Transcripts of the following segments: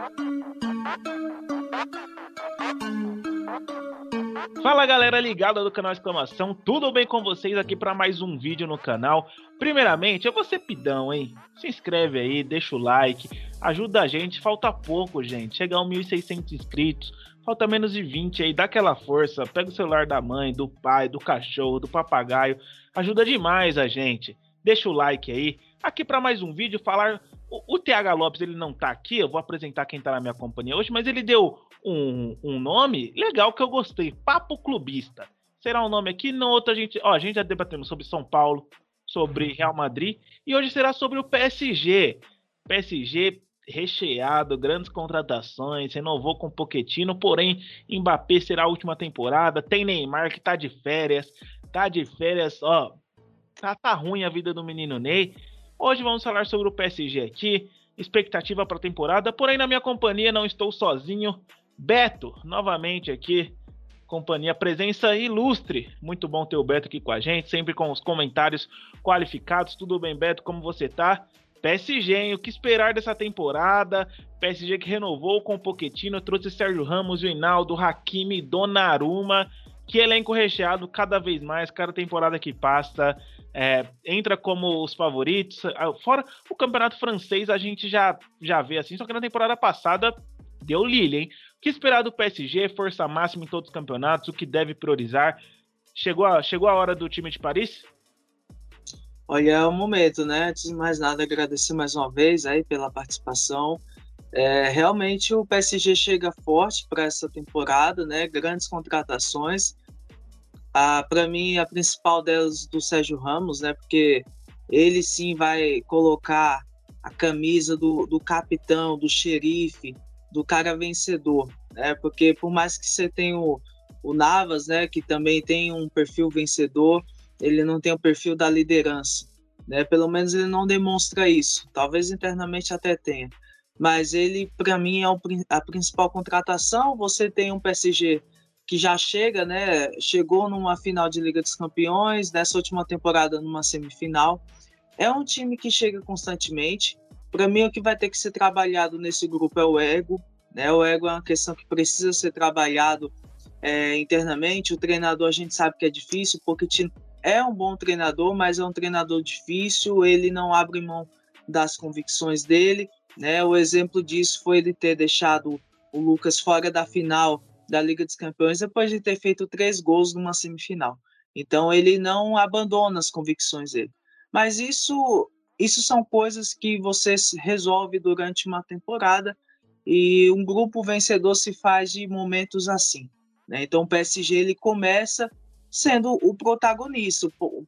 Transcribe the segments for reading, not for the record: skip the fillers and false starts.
Fala galera ligada do canal Exclamação, tudo bem com vocês aqui para mais um vídeo no canal? Primeiramente, eu vou ser pidão, hein? Se inscreve aí, deixa o like, ajuda a gente, falta pouco, gente. Chegar a 1.600 inscritos, falta menos de 20 aí, dá aquela força, pega o celular da mãe, do pai, do cachorro, do papagaio, ajuda demais a gente. Deixa o like aí. Aqui para mais um vídeo, falar... O TH Lopes, ele não tá aqui, eu vou apresentar quem tá na minha companhia hoje, mas ele deu um nome legal que eu gostei, Papo Clubista. Será um nome aqui, no outro a gente já debatemos sobre São Paulo, sobre Real Madrid, e hoje será sobre o PSG. PSG recheado, grandes contratações, renovou com Pochettino, porém Mbappé será a última temporada, tem Neymar que tá de férias, ó, tá ruim a vida do menino Ney. Hoje vamos falar sobre o PSG aqui, expectativa para a temporada, porém na minha companhia não estou sozinho. Beto, novamente aqui, companhia, presença ilustre. Muito bom ter o Beto aqui com a gente, sempre com os comentários qualificados. Tudo bem, Beto? Como você tá? PSG, hein? O que esperar dessa temporada? PSG que renovou com o Pochettino, trouxe Sérgio Ramos, Wijnaldum, Hakimi, Donnarumma. Que elenco recheado cada vez mais, cada temporada que passa, entra como os favoritos. Fora o campeonato francês, a gente já vê assim, só que na temporada passada deu Lille, hein? O que esperar do PSG? Força máxima em todos os campeonatos, o que deve priorizar? Chegou a hora do time de Paris? Olha, é o momento, né? Antes de mais nada, agradecer mais uma vez aí pela participação. Realmente o PSG chega forte para essa temporada, né? Grandes contratações. Para mim, a principal delas do Sérgio Ramos, né? Porque ele sim vai colocar a camisa do capitão, do xerife, do cara vencedor, né? Porque por mais que você tenha o Navas, né? Que também tem um perfil vencedor, ele não tem o perfil da liderança, né? Pelo menos ele não demonstra isso. Talvez internamente até tenha. Mas ele, para mim, é a principal contratação. Você tem um PSG que já chega, né? Chegou numa final de Liga dos Campeões, nessa última temporada numa semifinal. É um time que chega constantemente. Para mim, o que vai ter que ser trabalhado nesse grupo é o ego, né? O ego é uma questão que precisa ser trabalhado internamente. O treinador, a gente sabe que é difícil, porque é um bom treinador, mas é um treinador difícil. Ele não abre mão das convicções dele, né? O exemplo disso foi ele ter deixado o Lucas fora da final da Liga dos Campeões depois de ter feito 3 gols numa semifinal. Então ele não abandona as convicções dele. Mas isso são coisas que você resolve durante uma temporada, e um grupo vencedor se faz de momentos assim, né? Então o PSG ele começa sendo o protagonista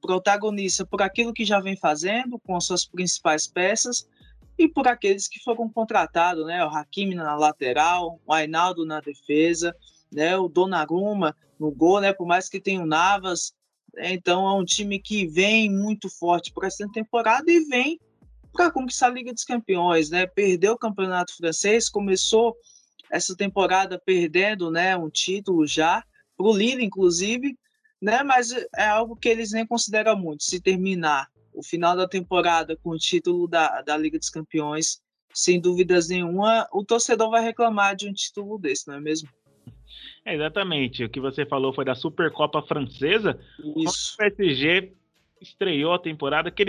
por aquilo que já vem fazendo com suas principais peças, e por aqueles que foram contratados, né? O Hakimi na lateral, o Wijnaldum na defesa, né? O Donnarumma no gol, né? Por mais que tenha o Navas, né? Então é um time que vem muito forte para essa temporada e vem para conquistar a Liga dos Campeões, né? Perdeu o Campeonato Francês, começou essa temporada perdendo, né? Um título já para o Lille, inclusive, né? Mas é algo que eles nem consideram muito. Se terminar o final da temporada com o título da Liga dos Campeões, sem dúvidas nenhuma, o torcedor vai reclamar de um título desse, não é mesmo? Exatamente, o que você falou foi da Supercopa Francesa. Isso. O PSG estreou a temporada que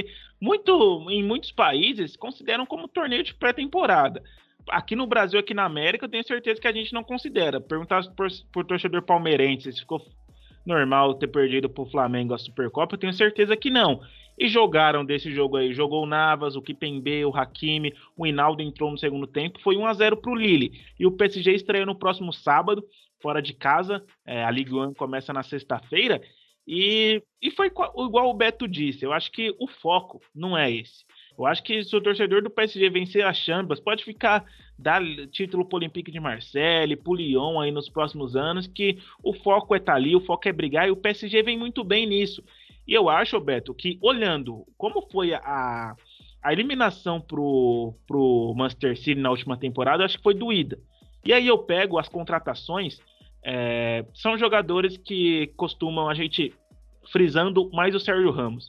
em muitos países consideram como torneio de pré-temporada. Aqui no Brasil, aqui na América, eu tenho certeza que a gente não considera. Perguntar por torcedor palmeirense se ficou normal ter perdido pro Flamengo a Supercopa, eu tenho certeza que não. E jogaram desse jogo aí, jogou o Navas, o Kimpembe, o Hakimi, o Wijnaldum entrou no segundo tempo, foi 1-0 pro Lille. E o PSG estreia no próximo sábado, fora de casa, a Ligue 1 começa na sexta-feira, e foi igual o Beto disse, eu acho que o foco não é esse. Eu acho que se o torcedor do PSG vencer a Champions, pode ficar, dar título pro Olympique de Marseille, pro Lyon aí nos próximos anos, que o foco é estar ali, o foco é brigar, e o PSG vem muito bem nisso. E eu acho, Beto, que olhando como foi a eliminação pro Manchester City na última temporada, eu acho que foi doída. E aí eu pego as contratações, são jogadores que costumam, a gente frisando mais o Sérgio Ramos.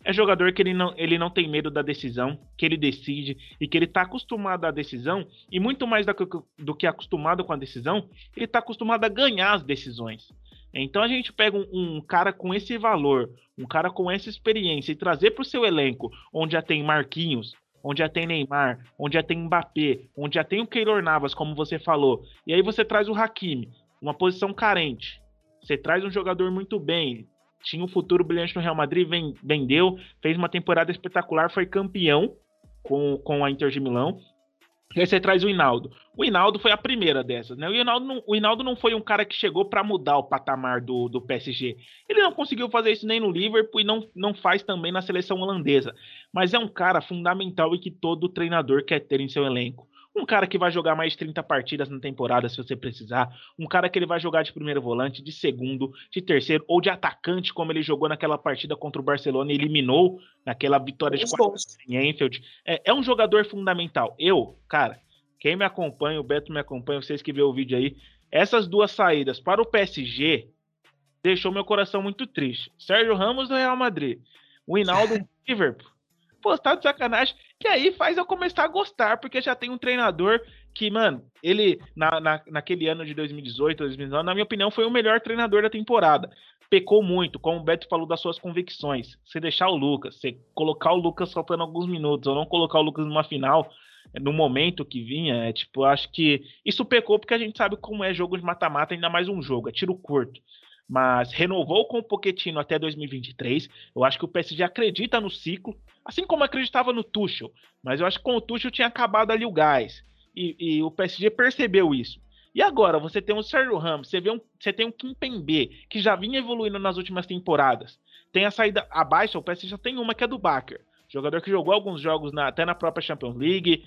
É jogador que ele não tem medo da decisão, que ele decide e que ele tá acostumado à decisão, e muito mais do que acostumado com a decisão, ele tá acostumado a ganhar as decisões. Então a gente pega um cara com esse valor, um cara com essa experiência e trazer para o seu elenco, onde já tem Marquinhos, onde já tem Neymar, onde já tem Mbappé, onde já tem o Keylor Navas, como você falou, e aí você traz o Hakimi, uma posição carente. Você traz um jogador muito bem, tinha um futuro brilhante no Real Madrid, vendeu, fez uma temporada espetacular, foi campeão com a Inter de Milão. E aí você traz o Hinaldo. O Hinaldo foi a primeira dessas, né? O Hinaldo não foi um cara que chegou para mudar o patamar do PSG. Ele não conseguiu fazer isso nem no Liverpool e não faz também na seleção holandesa. Mas é um cara fundamental e que todo treinador quer ter em seu elenco. Um cara que vai jogar mais de 30 partidas na temporada, se você precisar. Um cara que ele vai jogar de primeiro volante, de segundo, de terceiro ou de atacante, como ele jogou naquela partida contra o Barcelona e eliminou naquela vitória de 4 em Anfield. É um jogador fundamental. Cara, quem me acompanha, o Beto me acompanha, vocês que vê o vídeo aí, essas duas saídas para o PSG deixou meu coração muito triste. Sérgio Ramos do Real Madrid, o Hinaldo do Liverpool. Pô, tá de sacanagem. Que aí faz eu começar a gostar, porque já tem um treinador que, mano, ele, naquele ano de 2018, 2019, na minha opinião, foi o melhor treinador da temporada. Pecou muito, como o Beto falou das suas convicções. Você deixar o Lucas, você colocar o Lucas faltando alguns minutos, ou não colocar o Lucas numa final, no momento que vinha, eu acho que isso pecou, porque a gente sabe como é jogo de mata-mata, ainda mais um jogo, é tiro curto. Mas renovou com o Pochettino até 2023. Eu acho que o PSG acredita no ciclo, assim como acreditava no Tuchel. Mas eu acho que com o Tuchel tinha acabado ali o gás. E o PSG percebeu isso. E agora, você tem o Sérgio Ramos, você tem o Kimpembe, que já vinha evoluindo nas últimas temporadas. Tem a saída abaixo, o PSG já tem uma que é do Bakker. Jogador que jogou alguns jogos até na própria Champions League,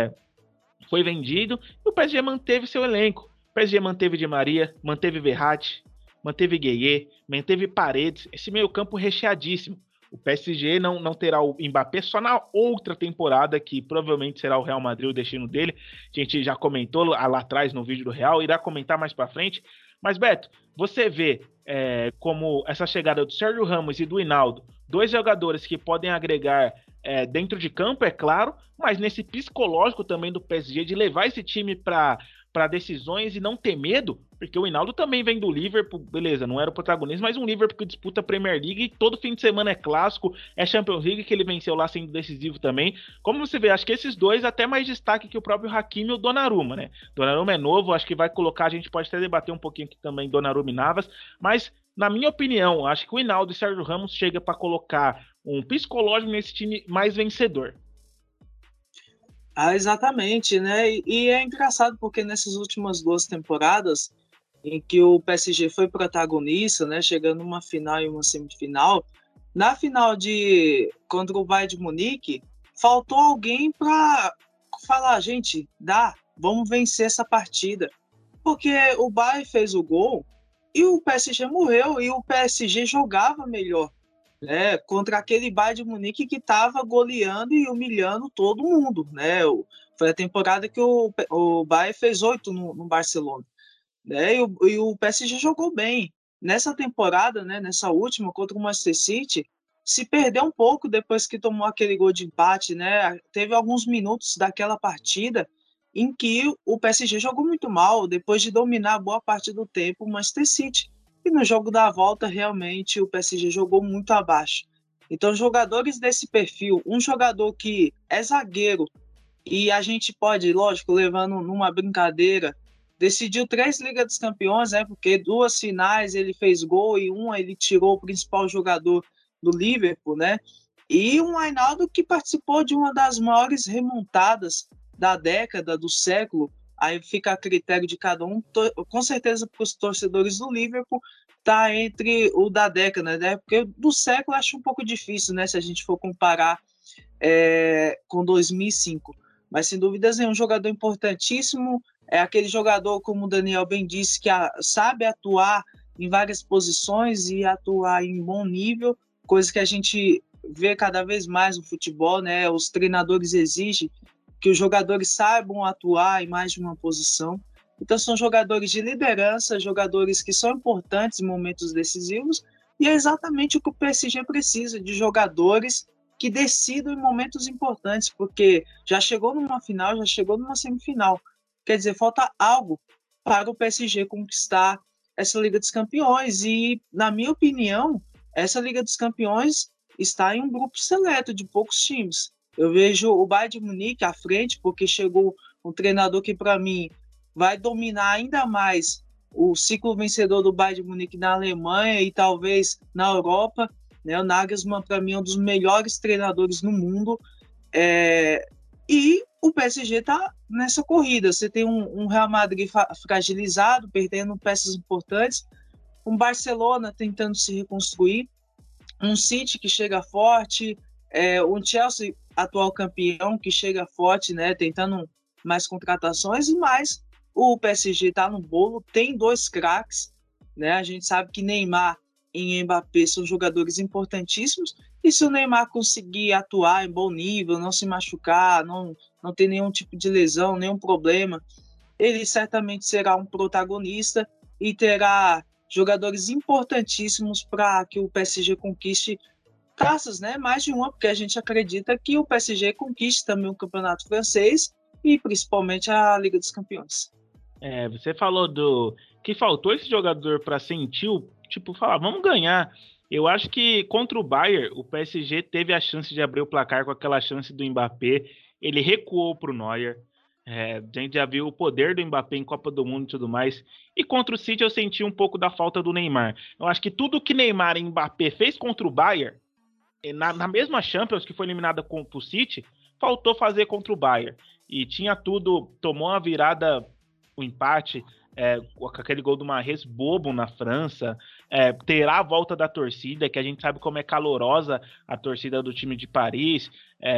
foi vendido, e o PSG manteve seu elenco. O PSG manteve Di Maria, manteve Verratti, manteve Gueye, manteve Paredes, esse meio campo recheadíssimo. O PSG não terá o Mbappé só na outra temporada, que provavelmente será o Real Madrid o destino dele. A gente já comentou lá atrás no vídeo do Real, irá comentar mais pra frente. Mas, Beto, você vê como essa chegada do Sérgio Ramos e do Hinaldo, dois jogadores que podem agregar dentro de campo, é claro, mas nesse psicológico também do PSG, de levar esse time para decisões e não ter medo, porque o Hinaldo também vem do Liverpool, beleza, não era o protagonista, mas um Liverpool que disputa a Premier League e todo fim de semana é clássico, é Champions League que ele venceu lá sendo decisivo também. Como você vê, acho que esses dois até mais destaque que o próprio Hakimi e o Donnarumma, né? Donnarumma é novo, acho que vai colocar, a gente pode até debater um pouquinho aqui também Donnarumma e Navas, mas na minha opinião, acho que o Hinaldo e Sérgio Ramos chega para colocar um psicológico nesse time mais vencedor. Exatamente, né? E é engraçado porque nessas últimas 2 temporadas em que o PSG foi protagonista, né, chegando uma final e uma semifinal, na final contra o Bayern de Munique, faltou alguém para falar, gente, vamos vencer essa partida. Porque o Bayern fez o gol e o PSG morreu, e o PSG jogava melhor, né, contra aquele Bayern de Munique que estava goleando e humilhando todo mundo, né? Foi a temporada que o Bayern fez 8 no Barcelona, né? E o PSG jogou bem. Nessa temporada, né, nessa última, contra o Manchester City, se perdeu um pouco depois que tomou aquele gol de empate, né? Teve alguns minutos daquela partida em que o PSG jogou muito mal, depois de dominar boa parte do tempo o Manchester City. E no jogo da volta, realmente, o PSG jogou muito abaixo. Então, jogadores desse perfil, um jogador que é zagueiro, e a gente pode, lógico, levando numa brincadeira, decidiu 3 Ligas dos Campeões, né, porque 2 finais ele fez gol e uma ele tirou o principal jogador do Liverpool, né? E um Hinaldo que participou de uma das maiores remontadas da década, do século. Aí fica a critério de cada um. Com certeza, para os torcedores do Liverpool, tá entre o da década, né? Porque do século acho um pouco difícil, né? Se a gente for comparar com 2005. Mas, sem dúvidas, é um jogador importantíssimo. É aquele jogador, como o Daniel bem disse, que sabe atuar em várias posições e atuar em bom nível, coisa que a gente vê cada vez mais no futebol, né? Os treinadores exigem que os jogadores saibam atuar em mais de uma posição. Então, são jogadores de liderança, jogadores que são importantes em momentos decisivos E é exatamente o que o PSG precisa, de jogadores que decidam em momentos importantes, porque já chegou numa final, já chegou numa semifinal. Quer dizer, falta algo para o PSG conquistar essa Liga dos Campeões. E, na minha opinião, essa Liga dos Campeões está em um grupo seleto de poucos times. Eu vejo o Bayern de Munique à frente, porque chegou um treinador que, para mim, vai dominar ainda mais o ciclo vencedor do Bayern de Munique na Alemanha e talvez na Europa. Né? O Nagelsmann, para mim, é um dos melhores treinadores no mundo. E o PSG está nessa corrida. Você tem um Real Madrid fragilizado, perdendo peças importantes, um Barcelona tentando se reconstruir, um City que chega forte, um Chelsea, atual campeão, que chega forte, né, tentando mais contratações, e mais o PSG está no bolo, tem 2 craques, né, a gente sabe que Neymar e Mbappé são jogadores importantíssimos, e se o Neymar conseguir atuar em bom nível, não se machucar, não ter nenhum tipo de lesão, nenhum problema, ele certamente será um protagonista e terá jogadores importantíssimos para que o PSG conquiste taças, né? Mais de uma, porque a gente acredita que o PSG conquiste também o campeonato francês e principalmente a Liga dos Campeões. Você falou que faltou esse jogador para sentir, falar, vamos ganhar. Eu acho que contra o Bayern, o PSG teve a chance de abrir o placar com aquela chance do Mbappé. Ele recuou para o Neuer. A gente já viu o poder do Mbappé em Copa do Mundo e tudo mais. E contra o City eu senti um pouco da falta do Neymar. Eu acho que tudo que Neymar e Mbappé fez contra o Bayern, na mesma Champions que foi eliminada contra o City, faltou fazer contra o Bayern. E tinha tudo, tomou uma virada, o empate, com aquele gol do Mahrez bobo na França, terá a volta da torcida, que a gente sabe como é calorosa a torcida do time de Paris.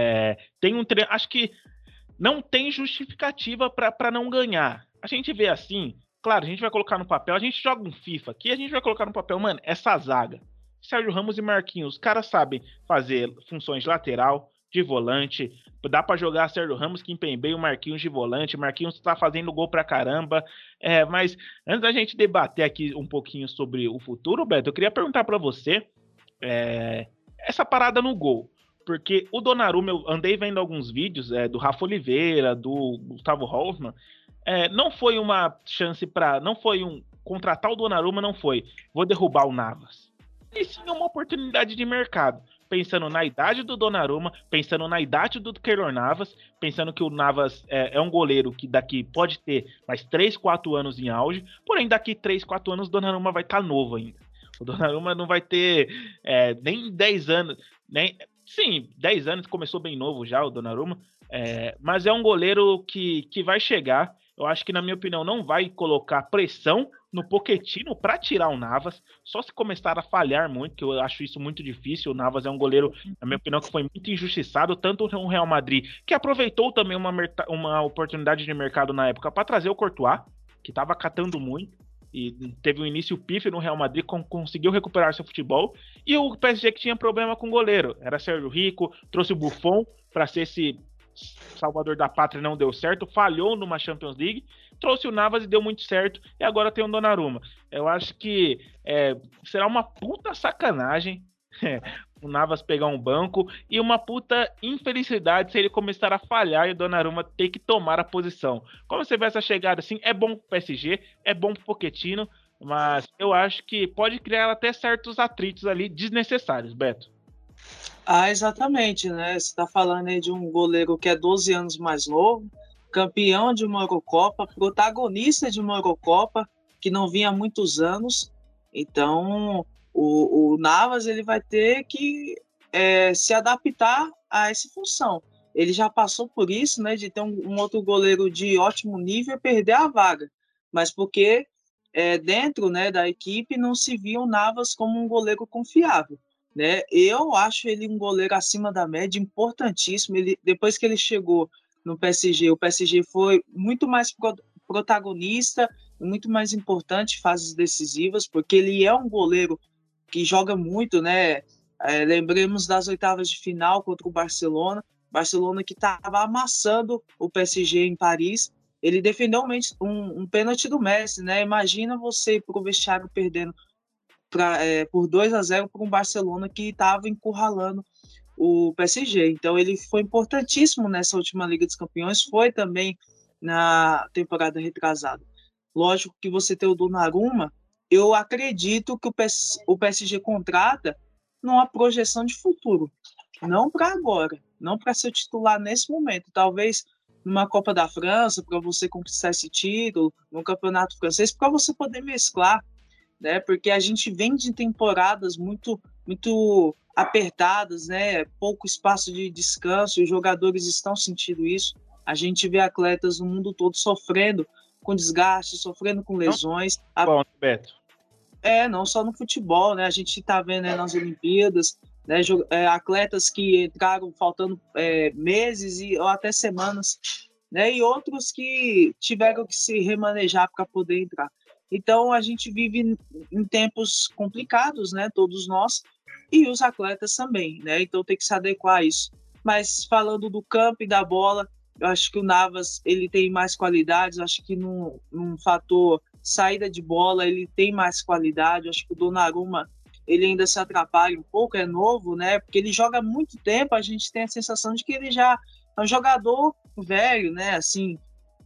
Acho que não tem justificativa para não ganhar. A gente vê assim, claro, a gente vai colocar no papel, a gente joga um FIFA aqui, a gente vai colocar no papel, mano, essa zaga. Sérgio Ramos e Marquinhos, os caras sabem fazer funções de lateral, de volante, dá para jogar Sérgio Ramos, Kimpembe e o Marquinhos de volante, Marquinhos tá fazendo gol pra caramba, mas antes da gente debater aqui um pouquinho sobre o futuro, Beto, eu queria perguntar para você, essa parada no gol, porque o Donnarumma, eu andei vendo alguns vídeos do Rafa Oliveira, do Gustavo Hoffmann, não foi uma chance não foi contratar o Donnarumma, não foi, vou derrubar o Navas. E sim uma oportunidade de mercado, pensando na idade do Donnarumma, pensando na idade do Keylor Navas, pensando que o Navas é um goleiro que daqui pode ter mais 3, 4 anos em auge, porém daqui 3, 4 anos o Donnarumma vai estar novo ainda. O Donnarumma não vai ter nem 10 anos, sim, 10 anos, começou bem novo já o Donnarumma, mas é um goleiro que vai chegar. Eu acho que, na minha opinião, não vai colocar pressão no Pochettino para tirar o Navas, só se começar a falhar muito, que eu acho isso muito difícil. O Navas é um goleiro, na minha opinião, que foi muito injustiçado, tanto no Real Madrid, que aproveitou também uma oportunidade de mercado na época para trazer o Courtois, que estava catando muito, e teve um início pífio no Real Madrid, conseguiu recuperar seu futebol, e o PSG que tinha problema com o goleiro, era Sérgio Rico, trouxe o Buffon para ser esse salvador da pátria, não deu certo, falhou numa Champions League, trouxe o Navas e deu muito certo, e agora tem o Donnarumma. Eu acho que será uma puta sacanagem o Navas pegar um banco e uma puta infelicidade se ele começar a falhar e o Donnarumma ter que tomar a posição. Como você vê essa chegada assim, é bom pro PSG, é bom pro Pochettino, mas eu acho que pode criar até certos atritos ali desnecessários, Beto. Exatamente, né? Você está falando aí de um goleiro que é 12 anos mais novo, campeão de uma Eurocopa, protagonista de uma Eurocopa, que não vinha há muitos anos. Então, o Navas ele vai ter que se adaptar a essa função. Ele já passou por isso, né? De ter um outro goleiro de ótimo nível e perder a vaga. Mas porque dentro, né, da equipe não se via o Navas como um goleiro confiável. Né? Eu acho ele um goleiro acima da média, importantíssimo. Depois que ele chegou no PSG, o PSG foi muito mais protagonista, muito mais importante em fases decisivas, porque ele é um goleiro que joga muito, né? Lembremos das oitavas de final contra o Barcelona que estava amassando o PSG em Paris. Ele defendeu um pênalti do Messi, né? Imagina você ir para o vestiário perdendo por 2-0 para um Barcelona que estava encurralando o PSG. Então ele foi importantíssimo nessa última Liga dos Campeões, foi também na temporada retrasada. Lógico que você tem o Donnarumma, eu acredito que o PSG contrata numa projeção de futuro, não para agora, não para ser titular nesse momento. Talvez numa Copa da França, para você conquistar esse título, no Campeonato Francês, para você poder mesclar, né? Porque a gente vem de temporadas muito apertadas, né? Pouco espaço de descanso, os jogadores estão sentindo isso. A gente vê atletas no mundo todo sofrendo com desgaste, sofrendo com lesões. Bom, Beto. Não só no futebol, né? A gente está vendo, né, nas Olimpíadas, né, atletas que entraram faltando meses ou até semanas, né? E outros que tiveram que se remanejar para poder entrar. Então a gente vive em tempos complicados, né? Todos nós e os atletas também, né? Então tem que se adequar a isso. Mas falando do campo e da bola, eu acho que o Navas ele tem mais qualidades. Eu acho que num fator saída de bola ele tem mais qualidade. Eu acho que o Donnarumma ele ainda se atrapalha um pouco, é novo, né? Porque ele joga há muito tempo. A gente tem a sensação de que ele já é um jogador velho, né? Assim,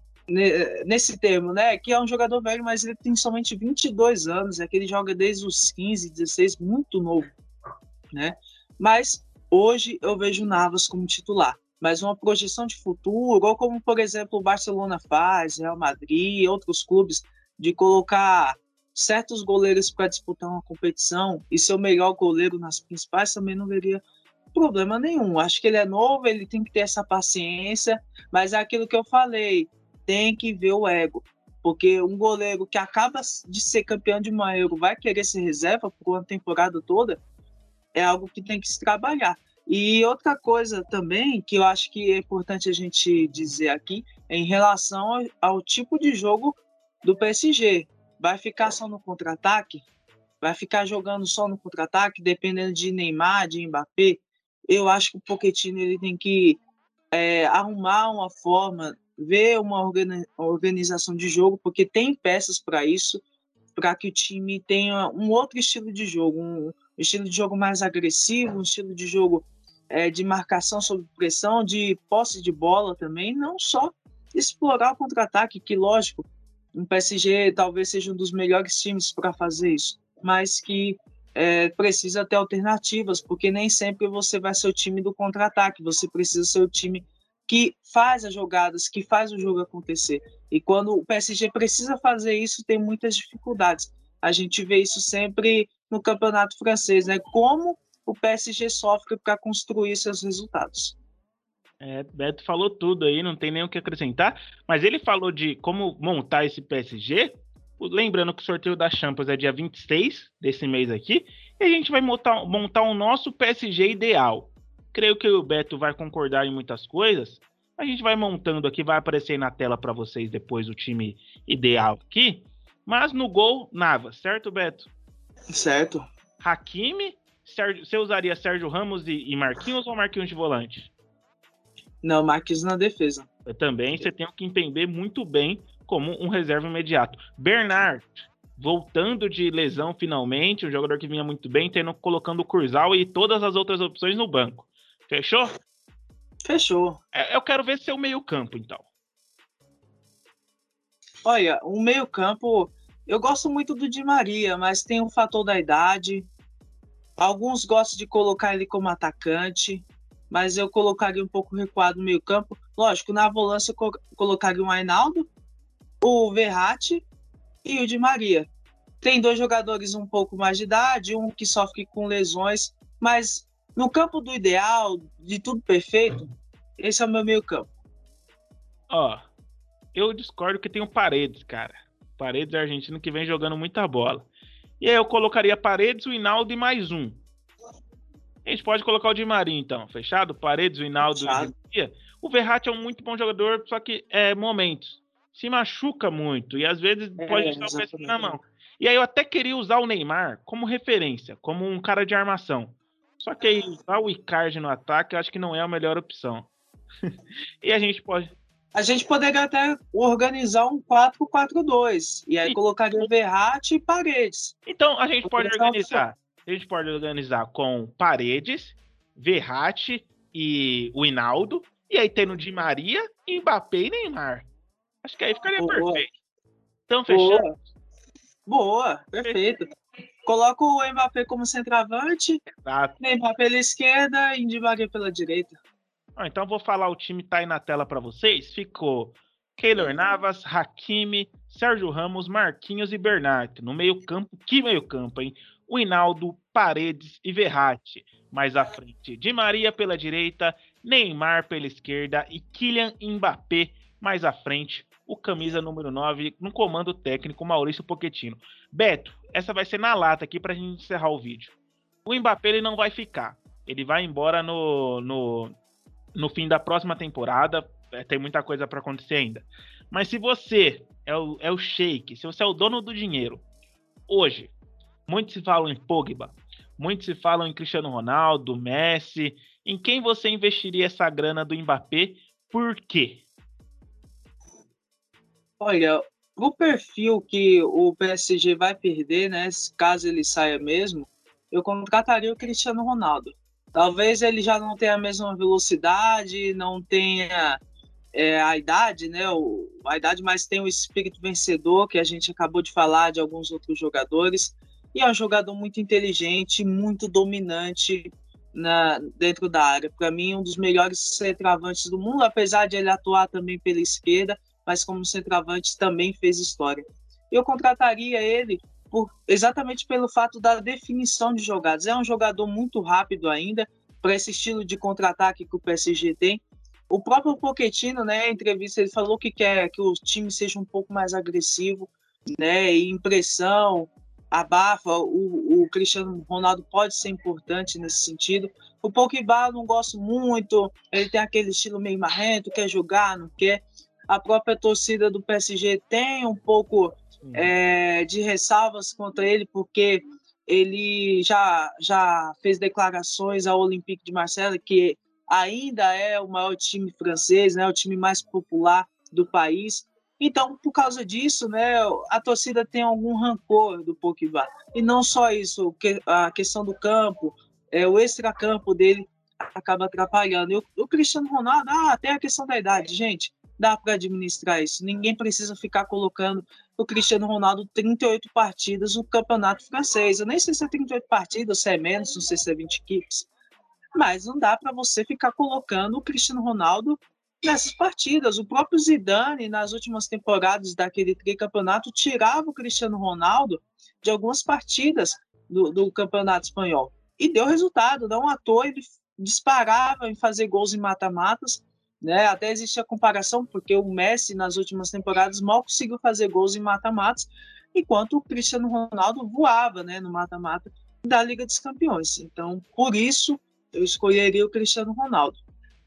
nesse termo, né? Que é um jogador velho, mas ele tem somente 22 anos, é que ele joga desde os 15, 16, muito novo, né? Mas hoje eu vejo o Navas como titular. Mas uma projeção de futuro, ou como, por exemplo, o Barcelona faz, Real Madrid, outros clubes, de colocar certos goleiros para disputar uma competição e ser o melhor goleiro nas principais, também não veria problema nenhum. Acho que ele é novo, ele tem que ter essa paciência, mas é aquilo que eu falei, tem que ver o ego. Porque um goleiro que acaba de ser campeão de uma Euro vai querer ser reserva por uma temporada toda, é algo que tem que se trabalhar. E outra coisa também que eu acho que é importante a gente dizer aqui é em relação ao tipo de jogo do PSG. Vai ficar só no contra-ataque? Vai ficar jogando só no contra-ataque, dependendo de Neymar, de Mbappé? Eu acho que o Pochettino ele tem que arrumar uma forma, ver uma organização de jogo, porque tem peças para isso, para que o time tenha um outro estilo de jogo, um estilo de jogo mais agressivo, um estilo de jogo de marcação sob pressão, de posse de bola também, não só explorar o contra-ataque, que lógico, o PSG talvez seja um dos melhores times para fazer isso, mas que precisa ter alternativas, porque nem sempre você vai ser o time do contra-ataque, você precisa ser o time que faz as jogadas, que faz o jogo acontecer. E quando o PSG precisa fazer isso, tem muitas dificuldades. A gente vê isso sempre no campeonato francês, né? Como o PSG sofre para construir seus resultados. Beto falou tudo aí, não tem nem o que acrescentar, mas ele falou de como montar esse PSG, lembrando que o sorteio da Champions é dia 26 desse mês aqui, e a gente vai montar o nosso PSG ideal. Creio que o Beto vai concordar em muitas coisas, a gente vai montando aqui, vai aparecer na tela para vocês depois o time ideal aqui, mas no gol, Navas, certo, Beto? Certo. Hakimi, você usaria Sérgio Ramos e Marquinhos ou Marquinhos de volante? Não, Marquinhos na defesa. Eu também, você tem que entender muito bem como um reserva imediato. Bernard, voltando de lesão finalmente, um jogador que vinha muito bem, colocando o Kurzal e todas as outras opções no banco. Fechou? Fechou. Eu quero ver seu meio campo, então. Olha, o meio campo, eu gosto muito do Di Maria, mas tem o fator da idade. Alguns gostam de colocar ele como atacante, mas eu colocaria um pouco recuado no meio campo. Lógico, na volância eu colocaria o Ainaldo, o Verratti e o Di Maria. Tem dois jogadores um pouco mais de idade, um que sofre com lesões, mas no campo do ideal, de tudo perfeito, esse é o meu meio campo. Eu discordo que tem o Paredes, cara. Paredes é argentino que vem jogando muita bola. E aí eu colocaria Paredes, o Hinaldo e mais um. A gente pode colocar o Di Maria, então. Fechado? Paredes, o Hinaldo e o Di Maria. O Verratti é um muito bom jogador, só que momentos. Se machuca muito e às vezes pode deixar o PSG na mão. E aí eu até queria usar o Neymar como referência, como um cara de armação. Só que aí usar o Icardi no ataque eu acho que não é a melhor opção. E a gente pode... A gente poderia até organizar um 4-4-2 e aí colocaria Verratti e Paredes. Então a gente pode organizar. A gente pode organizar com Paredes, Verratti e o Hinaldo, e aí tendo Di Maria, Mbappé e Neymar. Acho que aí ficaria perfeito. Então fechando. Boa, perfeito. Coloca o Mbappé como centroavante, Neymar pela esquerda e Di Maria pela direita. Então vou falar, o time tá aí na tela para vocês. Ficou Keylor Navas, Hakimi, Sérgio Ramos, Marquinhos e Bernat. No meio campo, que meio campo, hein? O Hinaldo, Paredes e Verratti. Mais à frente, Di Maria pela direita, Neymar pela esquerda e Kylian Mbappé mais à frente. O camisa número 9, no comando técnico, Maurício Pochettino. Beto, essa vai ser na lata aqui pra gente encerrar o vídeo. O Mbappé ele não vai ficar. Ele vai embora no fim da próxima temporada. Tem muita coisa para acontecer ainda. Mas se você é o Sheik, se você é o dono do dinheiro, hoje, muitos se falam em Pogba, muitos se falam em Cristiano Ronaldo, Messi. Em quem você investiria essa grana do Mbappé? Por quê? Olha, o perfil que o PSG vai perder, né, caso ele saia mesmo, eu contrataria o Cristiano Ronaldo. Talvez ele já não tenha a mesma velocidade, não tenha a idade, né, a idade, mas tem o espírito vencedor, que a gente acabou de falar de alguns outros jogadores, e é um jogador muito inteligente, muito dominante dentro da área. Para mim, um dos melhores centroavantes do mundo, apesar de ele atuar também pela esquerda, mas como centroavante também fez história. Eu contrataria ele exatamente pelo fato da definição de jogadas. É um jogador muito rápido ainda, para esse estilo de contra-ataque que o PSG tem. O próprio Pochettino, né, em entrevista, ele falou que quer que o time seja um pouco mais agressivo, né, e impressão, abafa. O Cristiano Ronaldo pode ser importante nesse sentido. O Pogba eu não gosto muito, ele tem aquele estilo meio marrento, quer jogar, não quer. A própria torcida do PSG tem um pouco de ressalvas contra ele, porque ele já fez declarações ao Olympique de Marseille, que ainda é o maior time francês, né, o time mais popular do país. Então, por causa disso, né, a torcida tem algum rancor do Pogba. E não só isso, a questão do campo, o extracampo dele acaba atrapalhando. E o Cristiano Ronaldo, tem a questão da idade, gente. Dá para administrar isso. Ninguém precisa ficar colocando o Cristiano Ronaldo 38 partidas no campeonato francês. Eu nem sei se é 38 partidas, se é menos, não sei se é 20 equipes. Mas não dá para você ficar colocando o Cristiano Ronaldo nessas partidas. O próprio Zidane, nas últimas temporadas daquele tricampeonato, tirava o Cristiano Ronaldo de algumas partidas do campeonato espanhol. E deu resultado. Não à toa, ele disparava em fazer gols em mata-matas. Né? Até existe a comparação, porque o Messi nas últimas temporadas mal conseguiu fazer gols em mata-matas, enquanto o Cristiano Ronaldo voava, né, no mata-mata da Liga dos Campeões. Então, por isso, eu escolheria o Cristiano Ronaldo.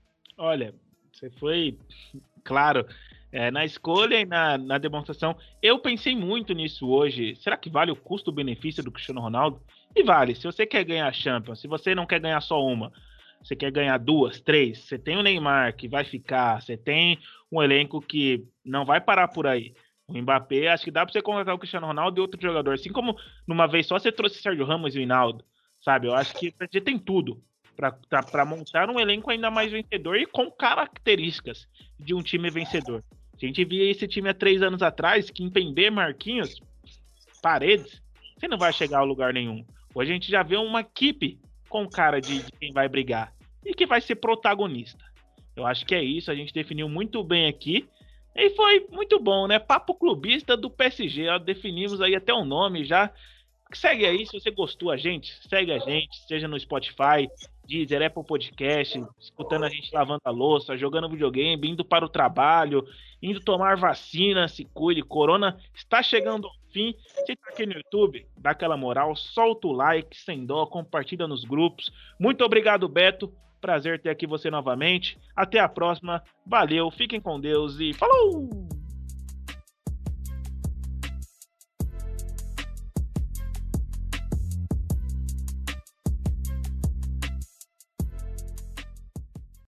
Olha, você foi claro na escolha e na demonstração. Eu pensei muito nisso hoje. Será que vale o custo-benefício do Cristiano Ronaldo? E vale. Se você quer ganhar a Champions, se você não quer ganhar só uma, você quer ganhar 2, 3, você tem o Neymar que vai ficar, você tem um elenco que não vai parar por aí. O Mbappé, acho que dá pra você contratar o Cristiano Ronaldo e outro jogador. Assim como numa vez só você trouxe o Sérgio Ramos e o Hinaldo, sabe? Eu acho que você tem tudo pra montar um elenco ainda mais vencedor e com características de um time vencedor. Se a gente via esse time há 3 anos atrás, Kimpembe, Marquinhos, Paredes, você não vai chegar a lugar nenhum. Hoje a gente já vê uma equipe com cara de quem vai brigar e que vai ser protagonista. Eu acho que é isso, a gente definiu muito bem aqui e foi muito bom, né? Papo clubista do PSG, ó, definimos aí até o nome já. Segue aí, se você gostou segue a gente, seja no Spotify, Deezer, Apple Podcast, escutando a gente lavando a louça, jogando videogame, indo para o trabalho, indo tomar vacina, se cuide, corona está chegando ao fim. Se tá aqui no YouTube, dá aquela moral, solta o like, sem dó, compartilha nos grupos. Muito obrigado, Beto, prazer ter aqui você novamente. Até a próxima, valeu, fiquem com Deus e falou!